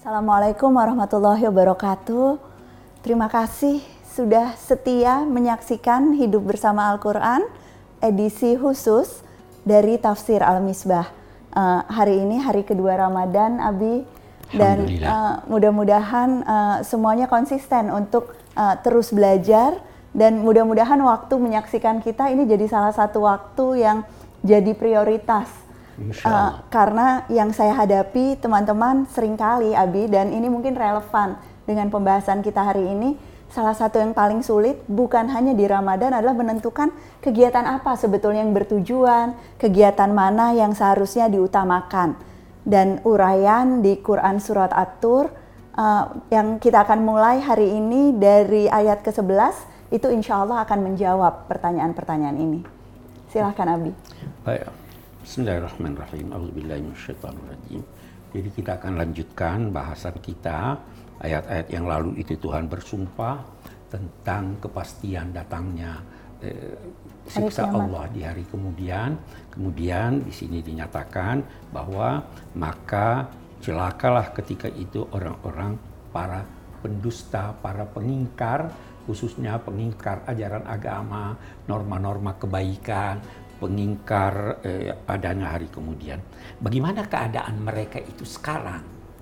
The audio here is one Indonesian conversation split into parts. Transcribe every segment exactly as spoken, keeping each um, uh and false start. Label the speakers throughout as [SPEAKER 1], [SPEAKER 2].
[SPEAKER 1] Assalamualaikum warahmatullahi wabarakatuh. Terima kasih sudah setia menyaksikan Hidup Bersama Al-Quran, edisi khusus dari Tafsir Al-Misbah. Uh, hari ini hari kedua Ramadan, Abi, dan uh, mudah-mudahan uh, semuanya konsisten untuk uh, terus belajar, dan mudah-mudahan waktu menyaksikan kita ini jadi salah satu waktu yang jadi prioritas. Uh, karena yang saya hadapi teman-teman seringkali, Abi, dan ini mungkin relevan dengan pembahasan kita hari ini, salah satu yang paling sulit bukan hanya di Ramadan adalah menentukan kegiatan apa sebetulnya yang bertujuan, kegiatan mana yang seharusnya diutamakan. Dan uraian di Quran Surat At-Tur uh, yang kita akan mulai hari ini dari ayat ke sebelas itu insya Allah akan menjawab pertanyaan-pertanyaan ini. Silahkan, Abi.
[SPEAKER 2] Baik. Bismillahirrahmanirrahim. A'udzubillahi minasyaitonirrajim. Jadi kita akan lanjutkan bahasan kita. Ayat-ayat yang lalu itu Tuhan bersumpah tentang kepastian datangnya eh, siksa Allah di hari kemudian. Kemudian di sini dinyatakan bahwa maka celakalah ketika itu orang-orang para pendusta, para pengingkar, khususnya pengingkar ajaran agama, norma-norma kebaikan, pengingkar eh, adanya hari kemudian. Bagaimana keadaan mereka itu sekarang?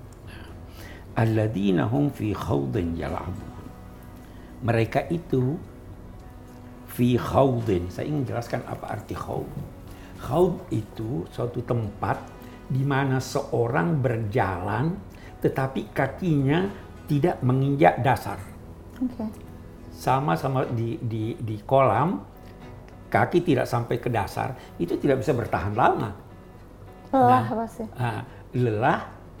[SPEAKER 2] Alladzina hum fi khawdin yal'abun. Mereka itu fi khawdin. Saya ingin jelaskan apa arti khawd. Khawd itu suatu tempat di mana seorang berjalan tetapi kakinya tidak menginjak dasar.
[SPEAKER 1] Okay.
[SPEAKER 2] Sama-sama di, di, di kolam, kaki tidak sampai ke dasar, itu tidak bisa bertahan lama.
[SPEAKER 1] Lelah
[SPEAKER 2] nah,
[SPEAKER 1] pasti.
[SPEAKER 2] Uh, lelah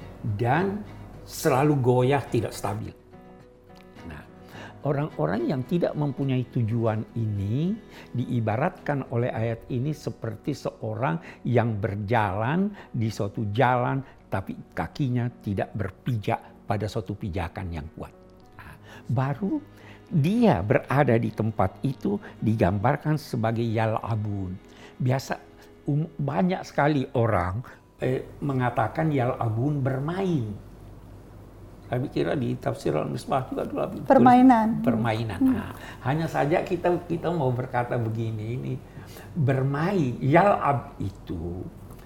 [SPEAKER 2] dan selalu goyah, tidak stabil. Nah, orang-orang yang tidak mempunyai tujuan ini diibaratkan oleh ayat ini seperti seorang yang berjalan di suatu jalan tapi kakinya tidak berpijak pada suatu pijakan yang kuat. Nah, baru dia berada di tempat itu digambarkan sebagai yal'abun. Biasa um, banyak sekali orang eh, mengatakan yal'abun bermain. Kami kira di Tafsir Al-Misbah juga dulu
[SPEAKER 1] permainan.
[SPEAKER 2] Permainan. Hmm. Nah, hanya saja kita kita mau berkata begini, ini bermain yal'ab itu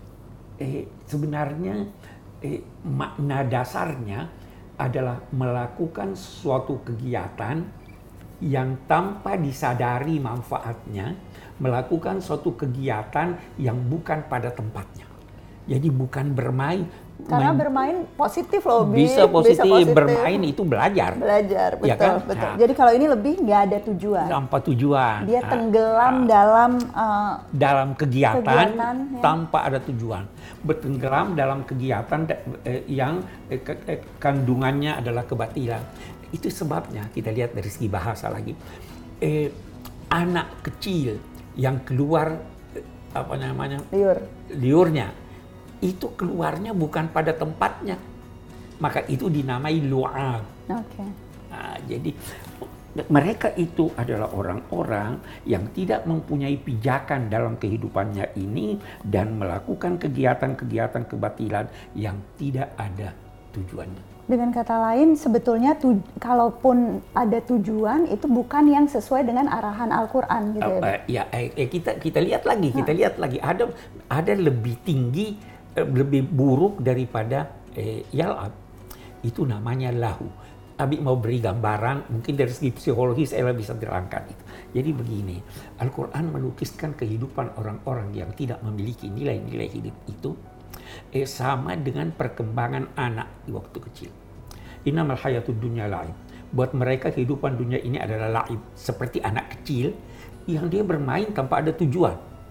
[SPEAKER 2] eh, sebenarnya eh, makna dasarnya adalah melakukan suatu kegiatan yang tanpa disadari manfaatnya, melakukan suatu kegiatan yang bukan pada tempatnya. Jadi bukan bermain.
[SPEAKER 1] Karena main, bermain positif loh,
[SPEAKER 2] bisa positif, bisa positif, bermain itu belajar.
[SPEAKER 1] Belajar, betul,
[SPEAKER 2] ya kan?
[SPEAKER 1] betul.
[SPEAKER 2] Nah,
[SPEAKER 1] jadi kalau ini lebih nggak ada tujuan.
[SPEAKER 2] Tanpa tujuan.
[SPEAKER 1] Dia tenggelam nah, dalam uh,
[SPEAKER 2] dalam kegiatan,
[SPEAKER 1] kegiatan ya.
[SPEAKER 2] Tanpa ada tujuan. Bertenggelam dalam kegiatan eh, yang eh, ke, eh, kandungannya adalah kebatilan. Itu sebabnya kita lihat dari segi bahasa lagi. Eh, anak kecil yang keluar eh, apa namanya?
[SPEAKER 1] Liur.
[SPEAKER 2] Liurnya. Itu keluarnya bukan pada tempatnya. Maka itu dinamai lu'ab.
[SPEAKER 1] Oke. Okay.
[SPEAKER 2] Nah, jadi mereka itu adalah orang-orang yang tidak mempunyai pijakan dalam kehidupannya ini dan melakukan kegiatan-kegiatan kebatilan yang tidak ada tujuannya.
[SPEAKER 1] Dengan kata lain, sebetulnya tu, kalaupun ada tujuan itu bukan yang sesuai dengan arahan Al-Quran, gitu
[SPEAKER 2] uh, uh, ya. Ya, eh, kita kita lihat lagi, kita nah. lihat lagi ada ada lebih tinggi, eh, lebih buruk daripada eh, yal'ab. Itu namanya lahu. Abi mau beri gambaran, mungkin dari segi psikologis Ella bisa terangkan itu. Jadi begini, Al-Quran melukiskan kehidupan orang-orang yang tidak memiliki nilai-nilai hidup itu eh, sama dengan perkembangan anak di waktu kecil. Innamal hayatud dunya la'ib. Buat mereka kehidupan dunia ini adalah la'ib, seperti anak kecil yang dia bermain tanpa ada tujuan.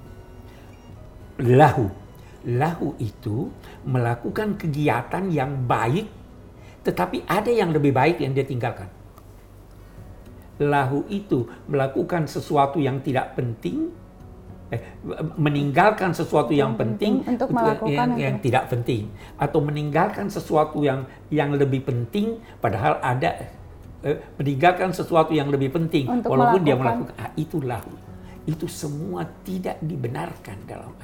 [SPEAKER 2] Lahu, lahu itu melakukan kegiatan yang baik, tetapi ada yang lebih baik yang dia tinggalkan. Lahu itu melakukan sesuatu yang tidak penting, eh, meninggalkan sesuatu yang, yang penting,
[SPEAKER 1] penting untuk melakukan
[SPEAKER 2] yang, yang tidak penting, atau meninggalkan sesuatu yang yang lebih penting, padahal ada eh, meninggalkan sesuatu yang lebih penting,
[SPEAKER 1] untuk
[SPEAKER 2] walaupun
[SPEAKER 1] melakukan.
[SPEAKER 2] dia melakukan. Ah, itu lahu. Itu semua tidak dibenarkan dalam agama.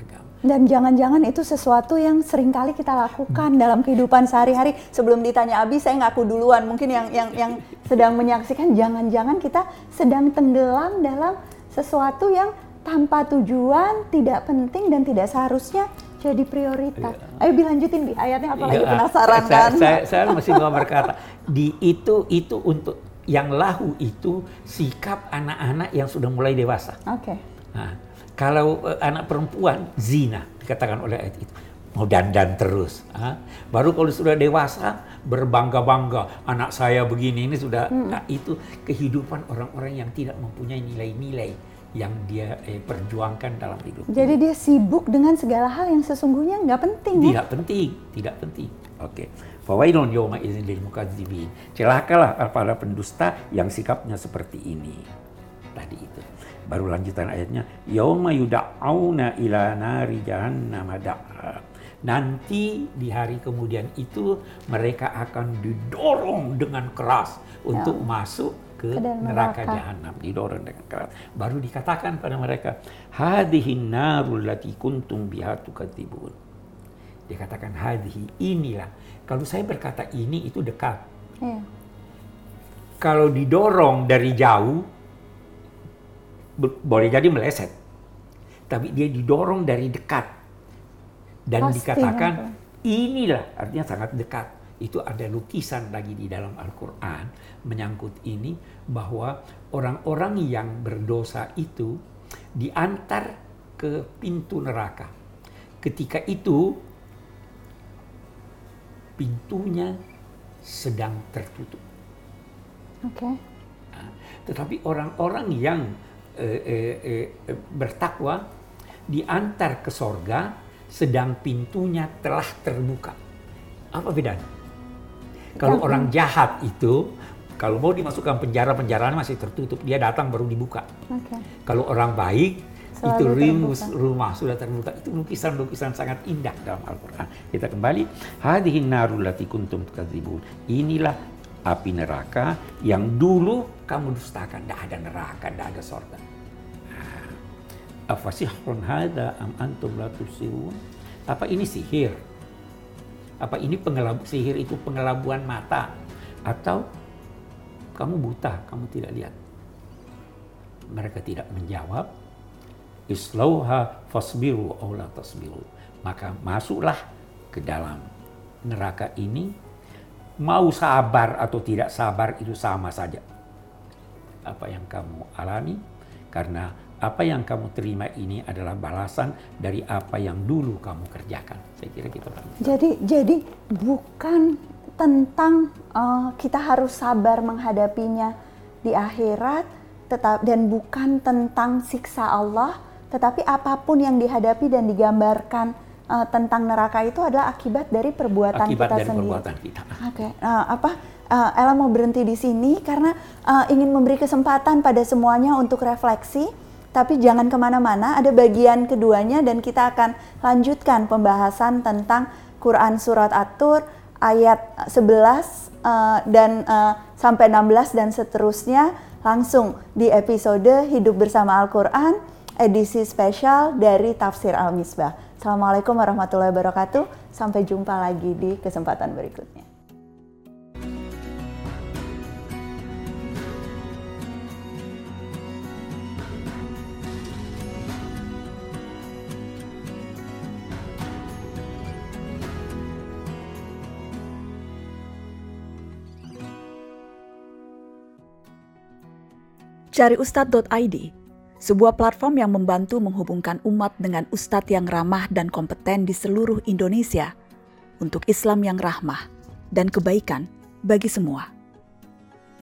[SPEAKER 1] Dan jangan-jangan itu sesuatu yang seringkali kita lakukan dalam kehidupan sehari-hari. Sebelum ditanya Abi, saya ngaku duluan. Mungkin yang yang yang sedang menyaksikan, jangan-jangan kita sedang tenggelam dalam sesuatu yang tanpa tujuan, tidak penting dan tidak seharusnya jadi prioritas. Ya. Ayo Bi lanjutin Bi, ayatnya apalagi ya, penasaran
[SPEAKER 2] saya,
[SPEAKER 1] kan?
[SPEAKER 2] Saya, saya masih mau berkata, di itu itu untuk yang lahu itu sikap anak-anak yang sudah mulai dewasa.
[SPEAKER 1] Oke. Okay.
[SPEAKER 2] Nah, kalau uh, anak perempuan zina dikatakan oleh ayat itu, mau dandan terus. Ha? Baru kalau sudah dewasa berbangga-bangga, anak saya begini, ini sudah hmm. nah, itu kehidupan orang-orang yang tidak mempunyai nilai-nilai yang dia eh, perjuangkan dalam hidup.
[SPEAKER 1] Jadi dia sibuk dengan segala hal yang sesungguhnya nggak penting.
[SPEAKER 2] Tidak
[SPEAKER 1] ya?
[SPEAKER 2] penting, tidak penting. Oke. Okay. Fawailun yawma idzin lil mukadzibin. Celakalah para pendusta yang sikapnya seperti ini. Tadi itu. Baru lanjutan ayatnya, yauma yud'auna ila nari jahannam da'a. Nanti di hari kemudian itu mereka akan didorong dengan keras untuk ya. masuk ke neraka jahanam, didorong dengan keras. Baru dikatakan pada mereka, hadhihin narul lati kuntum biha tukadzibun. Dikatakan hadhi, inilah. Kalau saya berkata ini itu dekat. Ya. Kalau didorong dari jauh boleh jadi meleset. Tapi dia didorong dari dekat. Dan pasti dikatakan ya. Inilah, artinya sangat dekat. Itu ada lukisan lagi di dalam Al-Quran menyangkut ini, bahwa orang-orang yang berdosa itu diantar ke pintu neraka. Ketika itu pintunya sedang tertutup. Oke. Okay. Nah, tetapi orang-orang yang eh, eh, eh, bertakwa diantar ke sorga sedang pintunya telah terbuka. Apa bedanya? Kalau ya, orang jahat itu, kalau mau dimasukkan penjara, penjaranya masih tertutup, dia datang baru dibuka. Okay. Kalau orang baik, selalu itu rimus rumah sudah terbuka. Itu lukisan-lukisan sangat indah dalam Al-Quran. Kita kembali, hadihin narul lati kuntum tukadzibun. Inilah api neraka yang dulu kamu dustakan. Tidak ada neraka, tidak ada surga. Afasihrun hadza am antum la tubsirun? Apa ini sihir? Apa ini pengelab sihir itu pengelabuan mata? Atau kamu buta, kamu tidak lihat? Mereka tidak menjawab. Islauha fasbiru aw la tasbiru. Maka masuklah ke dalam neraka ini. Mau sabar atau tidak sabar itu sama saja. Apa yang kamu alami, karena apa yang kamu terima ini adalah balasan dari apa yang dulu kamu kerjakan. Saya kira kita banyak.
[SPEAKER 1] Jadi, jadi bukan tentang uh, kita harus sabar menghadapinya di akhirat, tetap dan bukan tentang siksa Allah, tetapi apapun yang dihadapi dan digambarkan uh, tentang neraka itu adalah akibat dari perbuatan
[SPEAKER 2] akibat
[SPEAKER 1] kita
[SPEAKER 2] dari
[SPEAKER 1] sendiri.
[SPEAKER 2] Perbuatan kita.
[SPEAKER 1] Oke, okay. uh, apa? Uh, Ella mau berhenti di sini karena uh, ingin memberi kesempatan pada semuanya untuk refleksi. Tapi jangan kemana-mana, ada bagian keduanya dan kita akan lanjutkan pembahasan tentang Quran Surat At-Tur ayat sebelas uh, dan uh, sampai enam belas dan seterusnya langsung di episode Hidup Bersama Al-Quran edisi spesial dari Tafsir Al-Misbah. Assalamualaikum warahmatullahi wabarakatuh, sampai jumpa lagi di kesempatan berikutnya.
[SPEAKER 3] Cari Ustadz titik I D, sebuah platform yang membantu menghubungkan umat dengan ustadz yang ramah dan kompeten di seluruh Indonesia untuk Islam yang rahmah dan kebaikan bagi semua.